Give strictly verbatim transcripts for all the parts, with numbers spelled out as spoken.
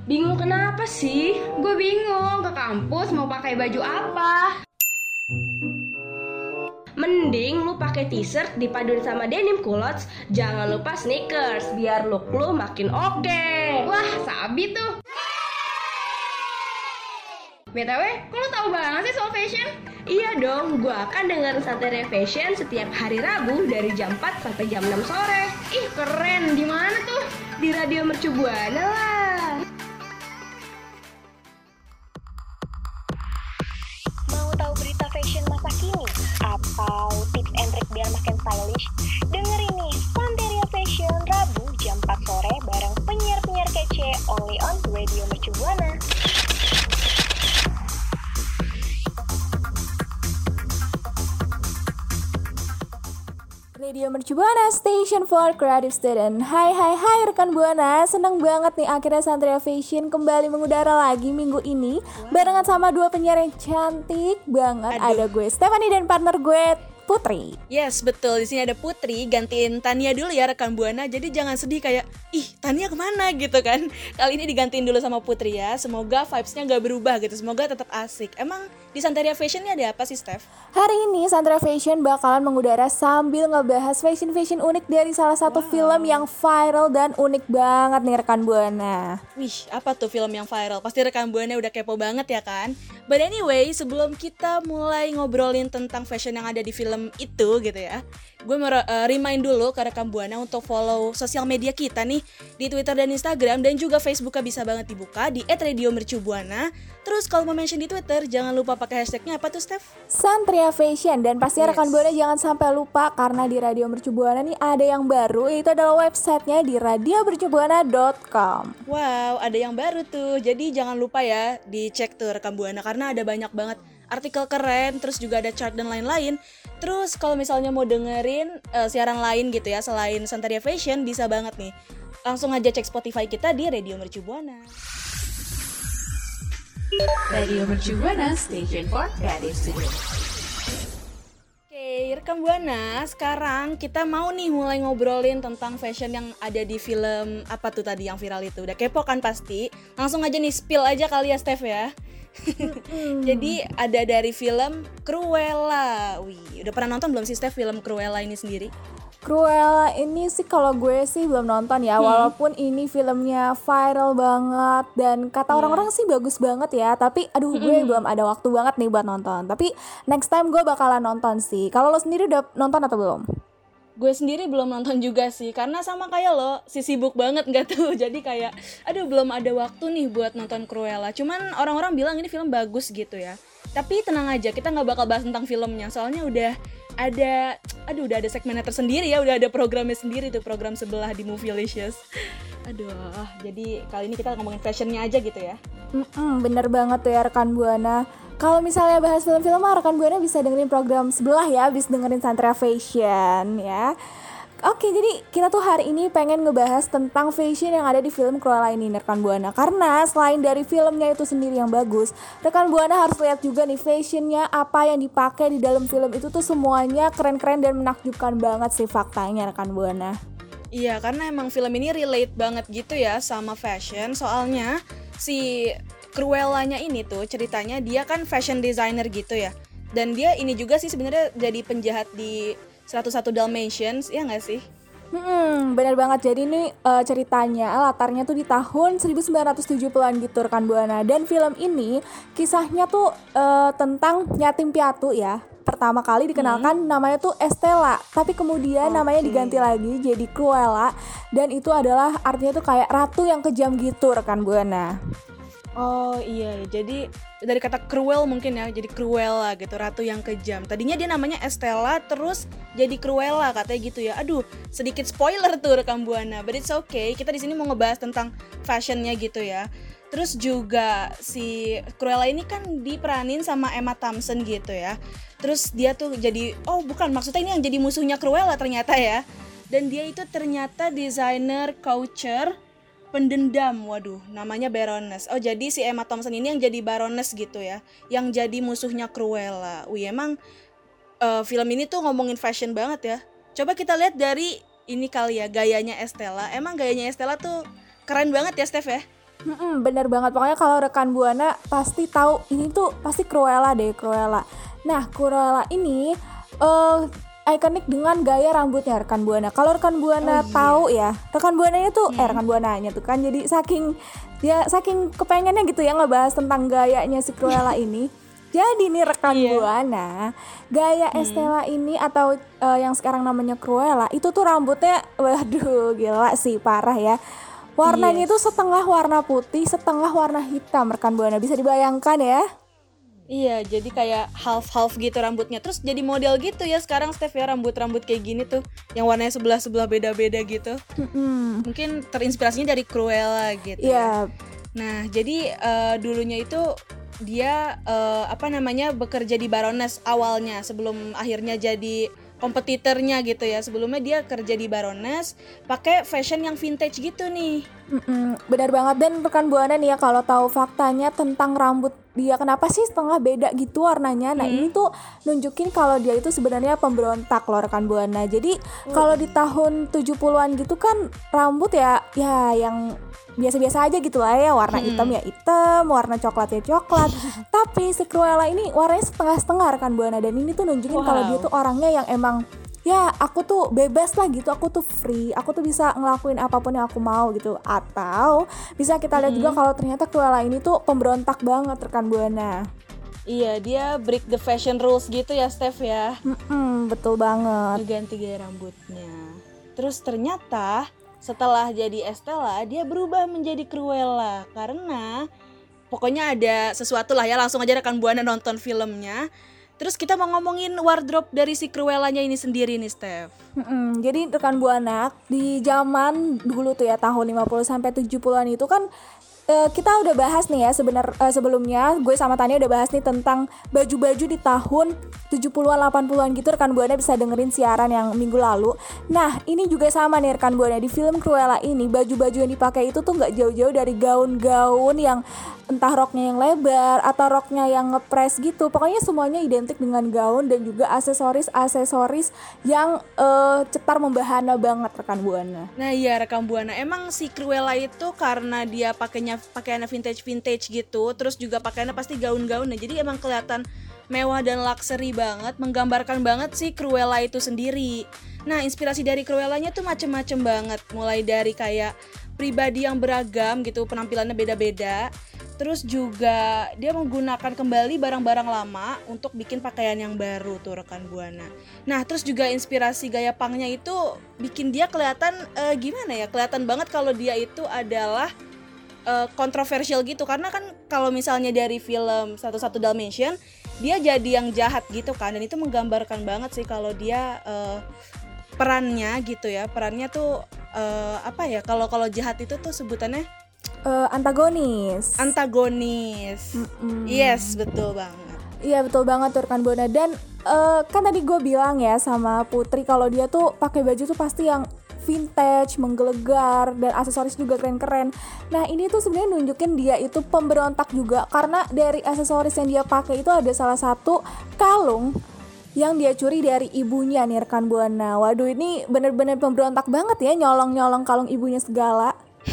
Bingung kenapa sih? Gue bingung ke kampus mau pakai baju apa. Mending lu pakai t-shirt dipaduin sama denim culottes, jangan lupa sneakers biar look lu makin oke. Wah, sabi tuh. B T W, kok lu tahu banget sih soal fashion? Iya dong, gua akan dengerin Santeria Fashion setiap hari Rabu dari jam empat sampai jam enam sore. Ih, keren. Di mana tuh? Di Radio Mercu Buana lah. Mau tahu berita fashion masa kini? Atau tips and trik biar makin stylish? Dengerin nih Santeria Fashion Rabu jam empat sore bareng penyiar-penyiar kece only on Radio Mercu Buana. Radio Mercu Buana, Station for Creative Student. Hai hai hai rekan Buana, seneng banget nih akhirnya Santeria Fashion kembali mengudara lagi minggu ini barengan sama dua penyiar yang cantik banget. Aduh. Ada gue Stephanie dan partner gue Putri. Yes, betul. Di sini ada Putri, gantiin Tania dulu ya rekan Buana. Jadi jangan sedih kayak, ih Tania kemana gitu kan. Kali ini digantiin dulu sama Putri ya. Semoga vibes-nya gak berubah gitu. Semoga tetap asik. Emang di Santeria Fashion ini ada apa sih, Steph? Hari ini Santeria Fashion bakalan mengudara sambil ngebahas fashion-fashion unik dari salah satu Wow. film yang viral dan unik banget nih rekan Buana. Wih, apa tuh film yang viral? Pasti rekan Buana udah kepo banget ya kan? But anyway, sebelum kita mulai ngobrolin tentang fashion yang ada di film itu gitu ya, gue mau uh, remind dulu ke rekan Buana untuk follow sosial media kita nih di Twitter dan Instagram, dan juga Facebooknya bisa banget dibuka di et radio mercu buana. Terus kalau mau mention di Twitter jangan lupa pakai hashtagnya apa tuh, Steph? Santeria Fashion. Dan pasti Yes. rekan Buana jangan sampai lupa karena di Radio Mercu Buana nih ada yang baru, yaitu adalah websitenya di radio mercu buana dot com. Wow, ada yang baru tuh. Jadi jangan lupa ya dicek tuh rekan Buana karena ada banyak banget artikel keren, terus juga ada chart dan lain-lain. Terus kalau misalnya mau dengerin uh, siaran lain gitu ya selain Santeria Fashion, bisa banget nih. Langsung aja cek Spotify kita di Radio Mercu Buana. Radio Mercu Buana, Station for Creative Student. Oke, rekam Buana, sekarang kita mau nih mulai ngobrolin tentang fashion yang ada di film apa tuh tadi yang viral itu. Udah kepo kan pasti? Langsung aja nih spill aja kali ya, Steph ya. Jadi ada dari film Cruella. Wih, udah pernah nonton belum sih Steph film Cruella ini sendiri? Cruella ini sih kalau gue sih belum nonton ya, Hmm. walaupun ini filmnya viral banget dan kata Iya. orang-orang sih bagus banget ya, tapi aduh gue belum ada waktu banget nih buat nonton. Tapi next time gue bakalan nonton sih. Kalau lo sendiri udah nonton atau belum? Gue sendiri belum nonton juga sih, karena sama kayak lo, si sibuk banget nggak tuh. Jadi kayak, aduh belum ada waktu nih buat nonton Cruella. Cuman orang-orang bilang ini film bagus gitu ya. Tapi tenang aja, kita nggak bakal bahas tentang filmnya, soalnya udah ada, aduh udah ada segmennya tersendiri ya, udah ada programnya sendiri tuh, program sebelah di Movielicious. Aduh, jadi kali ini kita ngomongin fashionnya aja gitu ya. Mm-mm, bener banget tuh ya rekan Buana. Kalau misalnya bahas film-film mah rekan Buana bisa dengerin program sebelah ya, abis dengerin Santeria Fashion ya. Oke, jadi kita tuh hari ini pengen ngebahas tentang fashion yang ada di film Cruella ini rekan Buana. Karena selain dari filmnya itu sendiri yang bagus, rekan Buana harus lihat juga nih fashionnya, apa yang dipakai di dalam film itu tuh semuanya keren-keren dan menakjubkan banget sih faktanya rekan Buana. Iya, karena emang film ini relate banget gitu ya sama fashion. Soalnya si Cruellanya ini tuh ceritanya dia kan fashion designer gitu ya. Dan dia ini juga sih sebenarnya jadi penjahat di seratus satu Dalmatians, ya nggak sih? Hmm, benar banget. Jadi ini uh, ceritanya latarnya tuh di tahun seribu sembilan ratus tujuh puluhan gitu rekan Buana. Dan film ini kisahnya tuh uh, tentang yatim piatu ya. Pertama kali dikenalkan hmm. namanya tuh Estella, tapi kemudian okay. namanya diganti lagi jadi Cruella. Dan itu adalah artinya tuh kayak ratu yang kejam gitu rekan Buana. Oh iya, jadi dari kata cruel mungkin ya, jadi Cruella gitu, ratu yang kejam. Tadinya dia namanya Estella, terus jadi Cruella katanya gitu ya. Aduh, sedikit spoiler tuh rekam Buana, but it's okay. Kita di sini mau ngebahas tentang fashionnya gitu ya. Terus juga si Cruella ini kan diperanin sama Emma Thompson gitu ya. Terus dia tuh jadi, oh bukan, maksudnya ini yang jadi musuhnya Cruella ternyata ya. Dan dia itu ternyata desainer couture pendendam, waduh, namanya Baroness. Oh, jadi si Emma Thompson ini yang jadi Baroness gitu ya, yang jadi musuhnya Cruella. Wih, emang uh, film ini tuh ngomongin fashion banget ya. Coba kita lihat dari ini kali ya, gayanya Estella. Emang gayanya Estella tuh keren banget ya, Steph ya? Mm-mm, bener banget, pokoknya kalau rekan Buana pasti tahu ini tuh pasti Cruella deh, Cruella. Nah, Cruella ini uh, ikonik dengan gaya rambutnya rekan Buana. Kalau rekan Buana Oh, iya. tahu ya, rekan Buananya tuh eh rekan Buananya tuh kan jadi saking dia saking kepengennya gitu ya ngebahas tentang gayanya si Cruella ini. Jadi nih rekan Iya. Buana, gaya Estella ini atau uh, yang sekarang namanya Cruella itu tuh rambutnya waduh gila sih parah ya. Warnanya Yes. itu setengah warna putih, setengah warna hitam rekan Buana. Bisa dibayangkan ya? Iya, jadi kayak half-half gitu rambutnya. Terus jadi model gitu ya sekarang Steph ya, rambut-rambut kayak gini tuh yang warnanya sebelah-sebelah beda-beda gitu. Mm-mm. Mungkin terinspirasinya dari Cruella gitu. Iya, Nah, jadi eh, dulunya itu dia eh, apa namanya bekerja di Baroness awalnya sebelum akhirnya jadi kompetitornya gitu ya. Sebelumnya dia kerja di Baroness pakai fashion yang vintage gitu nih. mm-mm, benar banget. Dan rekan Buana nih ya kalau tahu faktanya tentang rambut dia kenapa sih setengah beda gitu warnanya. Nah ini tuh nunjukin kalau dia itu sebenarnya pemberontak loh rekan Buana. Jadi kalau di tahun tujuh puluhan gitu kan rambut ya ya yang biasa-biasa aja gitu lah ya, warna hitam ya hitam, warna coklat ya coklat. Tapi si Cruella ini warnanya setengah-setengah rekan Buana, dan ini tuh nunjukin kalau Wow. dia tuh orangnya yang emang ya aku tuh bebas lah gitu, aku tuh free, aku tuh bisa ngelakuin apapun yang aku mau gitu. Atau bisa kita lihat juga kalau ternyata Cruella ini tuh pemberontak banget rekan Buana. Iya, dia break the fashion rules gitu ya Steph ya. Mm-mm, betul banget. Ganti gaya rambutnya. Terus ternyata setelah jadi Estella dia berubah menjadi Cruella karena pokoknya ada sesuatu lah ya. Langsung aja rekan Buana nonton filmnya. Terus kita mau ngomongin wardrobe dari si Cruellanya ini sendiri nih Steph. Mm-mm, jadi rekan Buana di zaman dulu tuh ya tahun lima puluh sampai tujuh puluhan itu kan eh, kita udah bahas nih ya sebenar eh, sebelumnya gue sama Tania udah bahas nih tentang baju-baju di tahun tujuh puluhan delapan puluhan gitu. Rekan Buana bisa dengerin siaran yang minggu lalu. Nah, ini juga sama nih rekan Buana, di film Cruella ini baju-baju yang dipakai itu tuh nggak jauh-jauh dari gaun-gaun yang entah roknya yang lebar atau roknya yang ngepres gitu. Pokoknya semuanya identik dengan gaun dan juga aksesoris-aksesoris yang eh, cetar membahana banget rekan Buana. Nah iya rekan Buana, emang si Cruella itu karena dia pakainya pakaiannya vintage-vintage gitu, terus juga pakaiannya pasti gaun-gaun, nah jadi emang kelihatan mewah dan luxury banget, menggambarkan banget si Cruella itu sendiri. Nah inspirasi dari Cruellanya tuh macem-macem banget, mulai dari kayak pribadi yang beragam gitu, penampilannya beda-beda. Terus juga dia menggunakan kembali barang-barang lama untuk bikin pakaian yang baru tuh rekan Buana. Nah terus juga inspirasi gaya punknya itu bikin dia kelihatan eh, gimana ya, kelihatan banget kalau dia itu adalah eh, kontroversial gitu. Karena kan kalau misalnya dari film satu satu Dalmatian dia jadi yang jahat gitu kan, dan itu menggambarkan banget sih kalau dia eh, perannya gitu ya, perannya tuh eh, apa ya, kalau kalau jahat itu tuh sebutannya Eh, antagonis. antagonis. Mm-mm. Yes, betul banget. Iya betul banget tuh rekan Buana. Dan eh, kan tadi gue bilang ya sama Putri kalau dia tuh pakai baju tuh pasti yang vintage, menggelegar, dan aksesoris juga keren-keren. Nah ini tuh sebenarnya nunjukin dia itu pemberontak juga, karena dari aksesoris yang dia pakai itu ada salah satu kalung yang dia curi dari ibunya nih rekan Buana. Waduh ini bener-bener pemberontak banget ya, nyolong-nyolong kalung ibunya segala.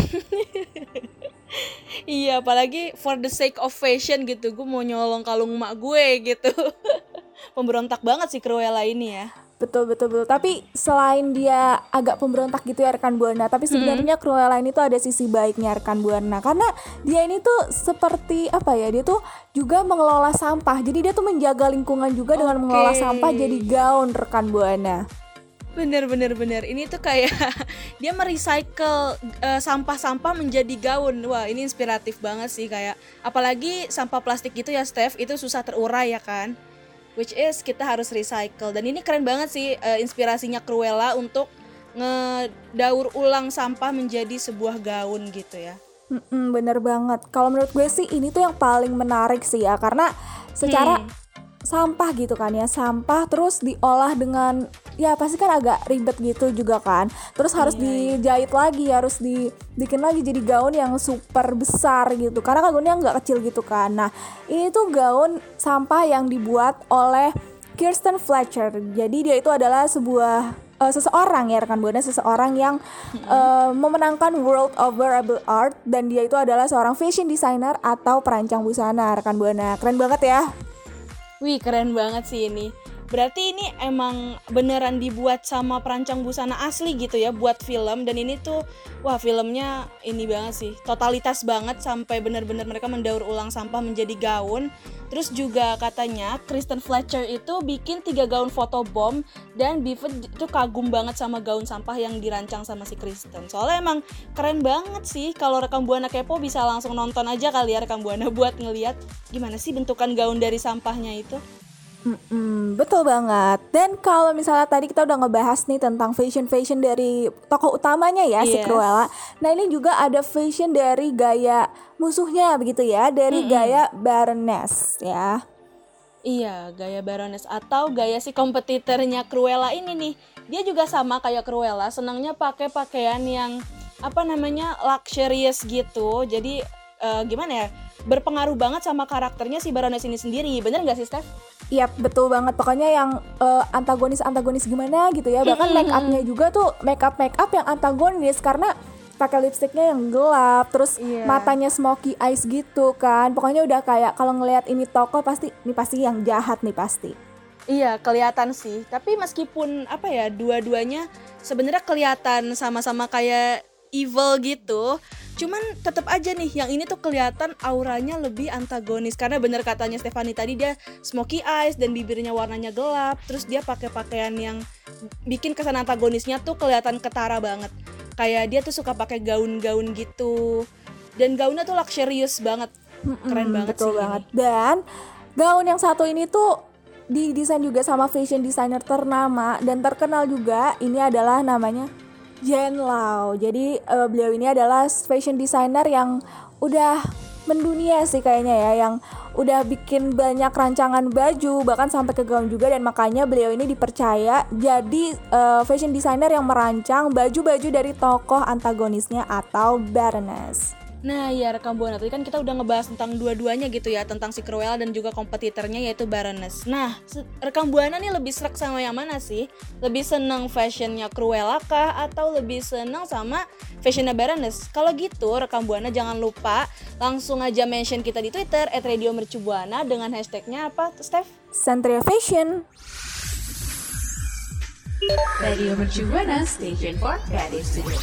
Iya, apalagi for the sake of fashion gitu, gue mau nyolong kalung emak gue gitu. Pemberontak banget sih Cruella ini ya. Betul betul betul. Tapi selain dia agak pemberontak gitu ya rekan Buana, tapi sebenarnya Cruella ini tuh ada sisi baiknya rekan Buana, karena dia ini tuh seperti apa ya, dia tuh juga mengelola sampah. Jadi dia tuh menjaga lingkungan juga dengan mengelola Oke. sampah jadi gaun rekan Buana. Bener bener bener, ini tuh kayak dia merecycle eh, sampah-sampah menjadi gaun. Wah ini inspiratif banget sih, kayak apalagi sampah plastik gitu ya Steph, itu susah terurai ya kan, which is kita harus recycle. Dan ini keren banget sih eh, inspirasinya Cruella untuk ngedaur ulang sampah menjadi sebuah gaun gitu ya. Mm-mm, bener banget. Kalau menurut gue sih ini tuh yang paling menarik sih ya, karena secara Hmm. sampah gitu kan ya, sampah terus diolah dengan ya pasti kan agak ribet gitu juga kan, terus harus dijahit lagi, harus dibikin lagi jadi gaun yang super besar gitu, karena kan gaunnya nggak kecil gitu kan. Nah ini tuh gaun sampah yang dibuat oleh Kirsten Fletcher. Jadi dia itu adalah sebuah uh, seseorang ya rekan Buana, seseorang yang uh, memenangkan World of Wearable Art, dan dia itu adalah seorang fashion designer atau perancang busana rekan Buana. Keren banget ya. Wih, keren banget sih ini. Berarti ini emang beneran dibuat sama perancang busana asli gitu ya buat film. Dan ini tuh, wah filmnya ini banget sih, totalitas banget sampai bener-bener mereka mendaur ulang sampah menjadi gaun. Terus juga katanya Kristen Fletcher itu bikin tiga gaun photobomb, dan Bevan itu kagum banget sama gaun sampah yang dirancang sama si Kristen. Soalnya emang keren banget sih. Kalau rekam Buana kepo bisa langsung nonton aja kali ya rekam Buana buat ngeliat gimana sih bentukan gaun dari sampahnya itu. Mm-mm, betul banget. Dan kalau misalnya tadi kita udah ngebahas nih tentang fashion-fashion dari tokoh utamanya ya, si Yes. Cruella. Nah ini juga ada fashion dari gaya musuhnya begitu ya, dari Mm-mm. gaya Baroness ya. Iya, gaya Baroness atau gaya si kompetitornya Cruella ini nih. Dia juga sama kayak Cruella, senangnya pakai pakaian yang apa namanya luxurious gitu. Jadi eh, gimana ya? Berpengaruh banget sama karakternya si Baroness ini sendiri. Bener nggak sih, Steph? Iya betul banget. Pokoknya yang uh, antagonis-antagonis gimana gitu ya. Bahkan make upnya juga tuh make up make up yang antagonis, karena pakai lipstiknya yang gelap, terus Iya. matanya smoky eyes gitu kan. Pokoknya udah kayak kalau ngelihat ini tokoh pasti ini pasti yang jahat nih pasti. Iya, kelihatan sih. Tapi meskipun apa ya, dua-duanya sebenarnya kelihatan sama-sama kayak evil gitu. Cuman tetap aja nih yang ini tuh kelihatan auranya lebih antagonis, karena bener katanya Stefani tadi, dia smoky eyes dan bibirnya warnanya gelap. Terus dia pakai pakaian yang bikin kesan antagonisnya tuh kelihatan ketara banget. Kayak dia tuh suka pakai gaun-gaun gitu. Dan gaunnya tuh luxurious banget. Keren Mm-mm, banget betul sih banget. ini. Dan gaun yang satu ini tuh didesain juga sama fashion designer ternama dan terkenal juga. Ini adalah namanya Jen Lau. Jadi uh, beliau ini adalah fashion designer yang udah mendunia sih kayaknya ya, yang udah bikin banyak rancangan baju bahkan sampai ke gaun juga, dan makanya beliau ini dipercaya jadi uh, fashion designer yang merancang baju-baju dari tokoh antagonisnya atau Baroness. Nah ya rekam Buana, tadi kan kita udah ngebahas tentang dua-duanya gitu ya, tentang si Cruella dan juga kompetitornya yaitu Baroness. Nah se- rekam Buana nih lebih srek sama yang mana sih? Lebih seneng fashionnya Cruella kah atau lebih seneng sama fashionnya Baroness? Kalau gitu rekam Buana jangan lupa langsung aja mention kita di Twitter at radio mercubuana dengan hashtagnya apa Steph? Santria Fashion. Radio Mercu Buana, Station for Creative Studio.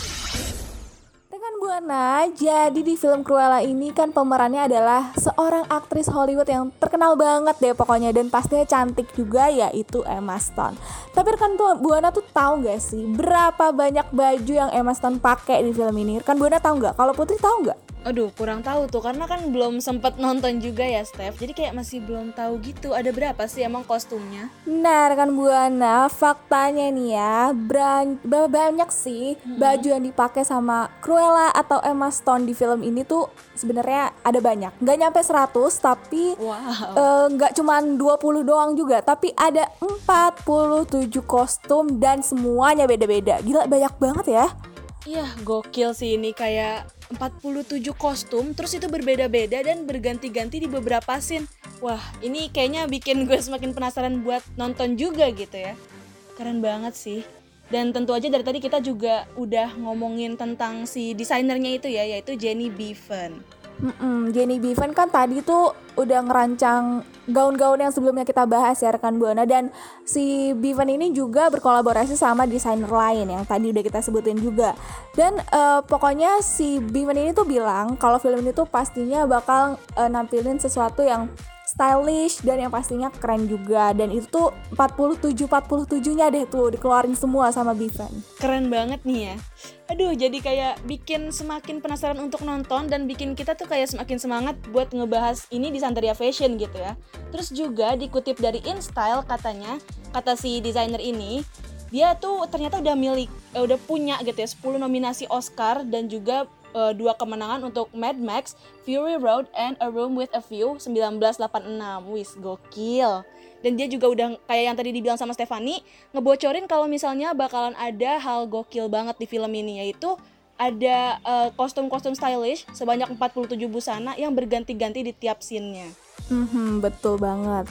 Rekan Buana, jadi di film Cruella ini kan pemerannya adalah seorang aktris Hollywood yang terkenal banget deh pokoknya, dan pastinya cantik juga, yaitu Emma Stone. Tapi rekan Buana tuh tahu nggak sih berapa banyak baju yang Emma Stone pakai di film ini? Rekan Buana tahu nggak? Kalau Putri tahu nggak? Aduh kurang tahu tuh, karena kan belum sempet nonton juga ya Steph. Jadi kayak masih belum tahu gitu, ada berapa sih emang kostumnya? Nah rekan Buana, faktanya nih ya, beran- berapa banyak sih baju yang dipakai sama Cruella atau Emma Stone di film ini tuh sebenarnya ada banyak. Nggak nyampe seratus, tapi Wow. eh, nggak cuman dua puluh doang juga, tapi ada empat puluh tujuh kostum dan semuanya beda-beda. Gila banyak banget ya. Iya, gokil sih ini, kayak empat puluh tujuh kostum, terus itu berbeda-beda dan berganti-ganti di beberapa scene. Wah, ini kayaknya bikin gue semakin penasaran buat nonton juga gitu ya. Keren banget sih. Dan tentu aja dari tadi kita juga udah ngomongin tentang si desainernya itu ya, yaitu Jenny Bevan. Mm-mm, Jenny Bevan kan tadi tuh udah ngerancang gaun-gaun yang sebelumnya kita bahas ya rekan Buana, dan si Bevan ini juga berkolaborasi sama desainer lain yang tadi udah kita sebutin juga. Dan eh, pokoknya si Bevan ini tuh bilang kalau film ini tuh pastinya bakal eh, nampilin sesuatu yang stylish dan yang pastinya keren juga, dan itu tuh empat puluh tujuh empat puluh tujuh-nya deh tuh dikeluarin semua sama Bevan. Keren banget nih ya. Aduh, jadi kayak bikin semakin penasaran untuk nonton dan bikin kita tuh kayak semakin semangat buat ngebahas ini di Santeria Fashion gitu ya. Terus juga dikutip dari InStyle katanya, kata si desainer ini, dia tuh ternyata udah milik, eh, udah punya gitu ya sepuluh nominasi Oscar dan juga eh, dua kemenangan untuk Mad Max, Fury Road, and A Room with a View sembilan belas delapan puluh enam. Wis, gokil. Dan dia juga udah kayak yang tadi dibilang sama Stefani, ngebocorin kalau misalnya bakalan ada hal gokil banget di film ini, yaitu ada uh, kostum-kostum stylish sebanyak empat puluh tujuh busana yang berganti-ganti di tiap scene-nya. Mhm, betul banget.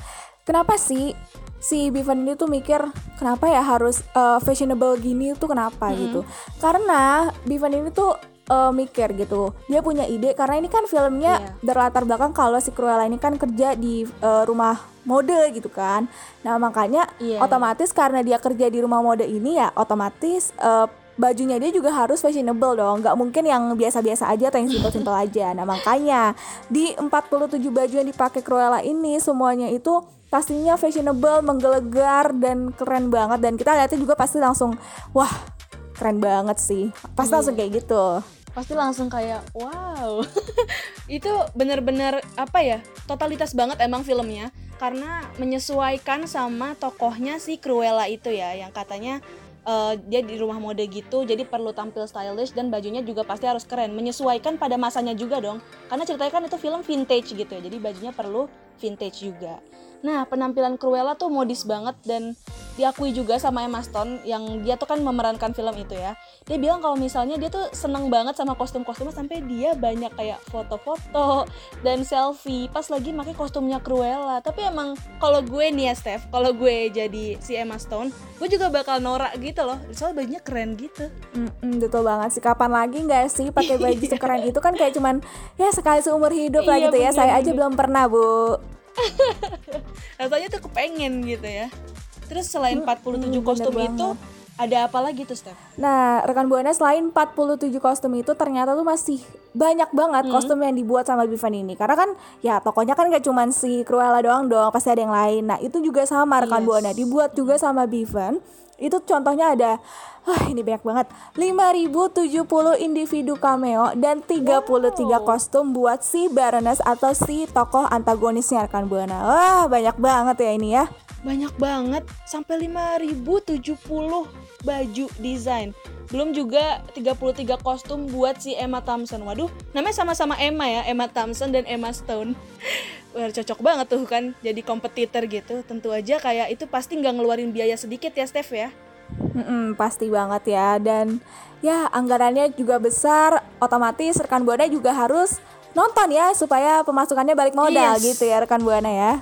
kenapa sih si Bevan ini tuh mikir kenapa ya harus uh, fashionable gini tuh kenapa hmm. gitu. Karena Bevan ini tuh uh, mikir gitu, dia punya ide karena ini kan filmnya yeah. berlatar belakang kalau si Cruella ini kan kerja di uh, rumah mode gitu kan. Nah makanya yeah, otomatis yeah. karena dia kerja di rumah mode ini ya otomatis uh, bajunya dia juga harus fashionable dong, nggak mungkin yang biasa-biasa aja atau yang simpel-simpel aja. Nah makanya di empat puluh tujuh baju yang dipakai Cruella ini semuanya itu pastinya fashionable, menggelegar dan keren banget. Dan kita lihatnya juga pasti langsung wah keren banget sih, pasti langsung kayak gitu. Pasti langsung kayak wow. Itu bener-bener apa ya, totalitas banget emang filmnya, karena menyesuaikan sama tokohnya si Cruella itu ya, yang katanya Uh, dia di rumah mode gitu, jadi perlu tampil stylish dan bajunya juga pasti harus keren, menyesuaikan pada masanya juga dong, karena ceritanya kan itu film vintage gitu ya, jadi bajunya perlu vintage juga. Nah penampilan Cruella tuh modis banget dan diakui juga sama Emma Stone yang dia tuh kan memerankan film itu ya. Dia bilang kalau misalnya dia tuh seneng banget sama kostum-kostumnya sampai dia banyak kayak foto-foto dan selfie pas lagi pakai kostumnya Cruella. Tapi emang kalau gue nih ya Steph, kalau gue jadi si Emma Stone, gue juga bakal norak gitu loh, soalnya bajunya keren gitu. Mm-mm, betul banget sih, kapan lagi nggak sih pakai baju sekeren itu, kan kayak cuman ya sekali seumur hidup lah gitu ya. Saya aja belum pernah bu. Rasanya tuh kepengen gitu ya. Terus selain empat puluh tujuh hmm, kostum itu ada apa lagi tuh Steph? Nah rekan Buana, selain empat puluh tujuh kostum itu ternyata tuh masih banyak banget hmm. kostum yang dibuat sama Bevan ini. Karena kan ya tokonya kan gak cuma si Cruella doang dong, pasti ada yang lain. Nah itu juga sama rekan yes. Buana, dibuat juga sama Bevan. Itu contohnya ada, wah ini banyak banget, lima ribu tujuh puluh individu cameo dan tiga puluh tiga wow. kostum buat si Baroness atau si tokoh antagonisnya rekan Buana. Wah banyak banget ya ini ya. Banyak banget, sampai lima ribu tujuh puluh baju desain. Belum juga tiga puluh tiga kostum buat si Emma Thompson. Waduh, namanya sama-sama Emma ya, Emma Thompson dan Emma Stone. Wah, cocok banget tuh kan jadi kompetitor gitu. Tentu aja kayak itu pasti nggak ngeluarin biaya sedikit ya Steph ya. Mm-mm, pasti banget ya. Dan ya anggarannya juga besar, otomatis rekan Buana juga harus nonton ya supaya pemasukannya balik modal yes. gitu ya rekan Buana ya.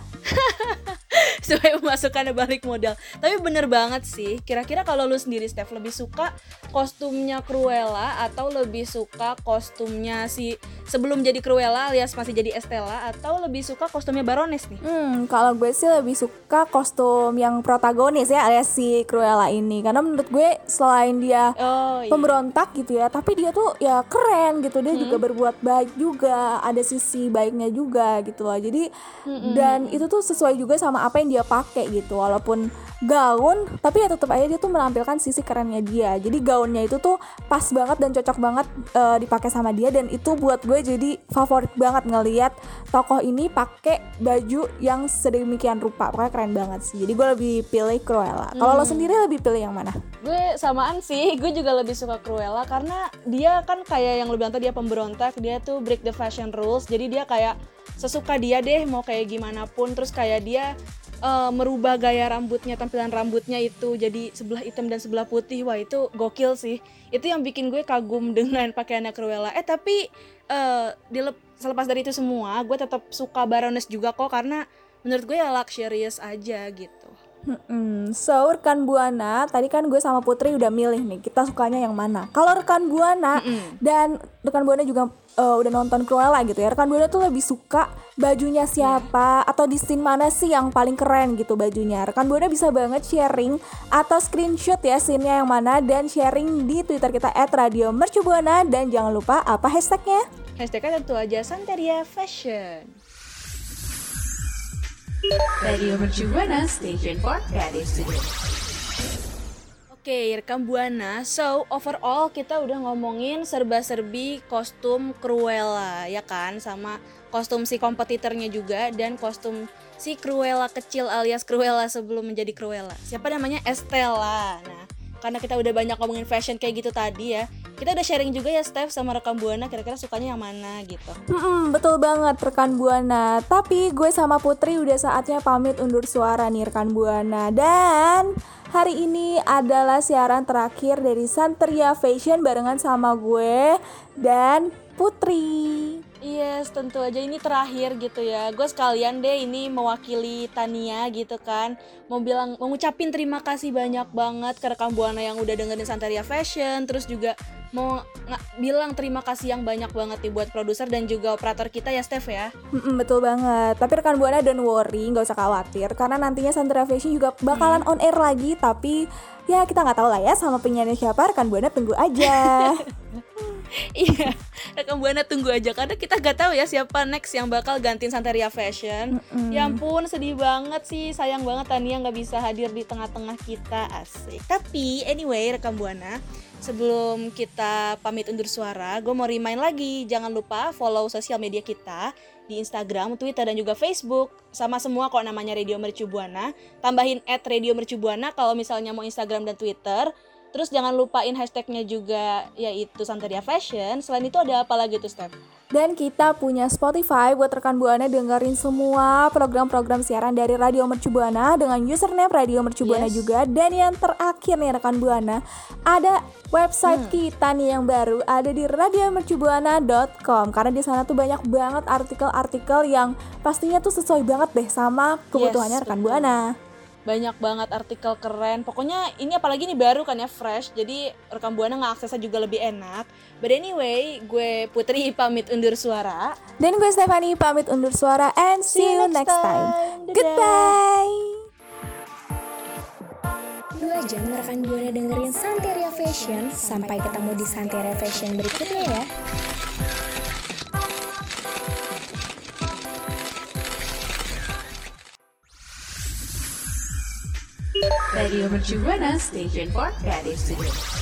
Supaya pemasukannya balik modal. Tapi bener banget sih. Kira-kira kalau lu sendiri Steph lebih suka kostumnya Cruella atau lebih suka kostumnya si sebelum jadi Cruella alias masih jadi Estella, atau lebih suka kostumnya Baroness nih? Hmm, kalau gue sih lebih suka kostum yang protagonis ya alias si Cruella ini, karena menurut gue selain dia oh, iya. pemberontak gitu ya, tapi dia tuh ya keren gitu, dia hmm. juga berbuat baik juga, ada sisi baiknya juga gitu loh. Jadi hmm. dan itu tuh sesuai juga sama apa yang dia pakai gitu, walaupun gaun tapi ya tetap aja dia tuh menampilkan sisi kerennya dia. Jadi gaunnya itu tuh pas banget dan cocok banget uh, dipakai sama dia, dan itu buat gue jadi favorit banget ngelihat tokoh ini pakai baju yang sedemikian rupa. Pokoknya keren banget sih. Jadi gue lebih pilih Cruella. Kalau hmm. lo sendiri lebih pilih yang mana? Gue samaan sih, gue juga lebih suka Cruella karena dia kan kayak yang lo bilang tadi, dia pemberontak, dia tuh break the fashion rules. Jadi dia kayak sesuka dia deh mau kayak gimana pun. Terus kayak dia Uh, merubah gaya rambutnya, tampilan rambutnya itu jadi sebelah hitam dan sebelah putih. Wah itu gokil sih. Itu yang bikin gue kagum dengan pakaiannya Cruella. Eh tapi uh, dilep- selepas dari itu semua, gue tetap suka Baroness juga kok, karena menurut gue ya luxurious aja gitu. Hmm, so rekan Buana, tadi kan gue sama Putri udah milih nih, kita sukanya yang mana. Kalau rekan Buana Mm-mm. dan rekan Buana juga uh, udah nonton Cruella gitu ya, rekan Buana tuh lebih suka bajunya siapa, yeah. atau di scene mana sih yang paling keren gitu bajunya. Rekan Buana bisa banget sharing atau screenshot ya scene-nya yang mana, dan sharing di Twitter kita et radio mercubuana. Dan jangan lupa apa hashtagnya? Hashtagnya tentu aja Santeria Fashion. Radio Mercu Buana, Station for Creative Studio. Oke, rekam Buana. So, overall kita udah ngomongin serba-serbi kostum Cruella, ya kan? Sama kostum si kompetitornya juga, dan kostum si Cruella kecil alias Cruella sebelum menjadi Cruella. Siapa namanya? Estella. Nah, karena kita udah banyak ngomongin fashion kayak gitu tadi ya, kita udah sharing juga ya Steph sama rekan Buana kira-kira sukanya yang mana gitu. Hmm, betul banget rekan Buana. Tapi gue sama Putri udah saatnya pamit undur suara nih rekan Buana. Dan hari ini adalah siaran terakhir dari Santeria Fashion barengan sama gue dan Putri. Yes, tentu aja ini terakhir gitu ya. Gue sekalian deh ini mewakili Tania gitu kan. Mau bilang, mau ngucapin terima kasih banyak banget ke rekan Buana yang udah dengerin Santeria Fashion. Terus juga mau ng- bilang terima kasih yang banyak banget nih buat produser dan juga operator kita ya Steph ya. Mm-mm, betul banget. Tapi rekan Buana don't worry, nggak usah khawatir karena nantinya Santeria Fashion juga bakalan on air lagi. Tapi ya kita nggak tahu lah ya sama penyanyi siapa. Rekan Buana tunggu aja. Iya, rekan Buana tunggu aja karena kita gak tahu ya siapa next yang bakal gantiin Santeria Fashion. Mm-mm. Ya ampun, sedih banget sih, sayang banget Tania nggak bisa hadir di tengah-tengah kita, asik. Tapi anyway, rekan Buana, sebelum kita pamit undur suara, gue mau remind lagi, jangan lupa follow sosial media kita di Instagram, Twitter, dan juga Facebook. Sama semua kok namanya Radio Mercu Buana. Tambahin at Radio Mercu Buana kalau misalnya mau Instagram dan Twitter. Terus jangan lupain hashtagnya juga, yaitu Santeria Fashion. Selain itu ada apa lagi tuh, Steph? Dan kita punya Spotify buat rekan Buana dengerin semua program-program siaran dari Radio Mercu Buana dengan username Radio Mercu Buana Yes. juga. Dan yang terakhir nih rekan Buana, ada website hmm. kita nih yang baru, ada di radio mercu buana dot com. Karena di sana tuh banyak banget artikel-artikel yang pastinya tuh sesuai banget deh sama kebutuhannya Yes, rekan betul. Buana. Banyak banget artikel keren. Pokoknya ini apalagi ini baru kan ya, fresh. Jadi rekan Buana ngeaksesnya juga lebih enak. But anyway, gue Putri pamit undur suara. Dan gue Stephanie pamit undur suara and see, you next time. Dadah. Goodbye. Dua jam rekan Buana dengerin Santeria Fashion. Sampai ketemu di Santeria Fashion berikutnya ya. Radio Mercu Buana, Station for Creative Studio.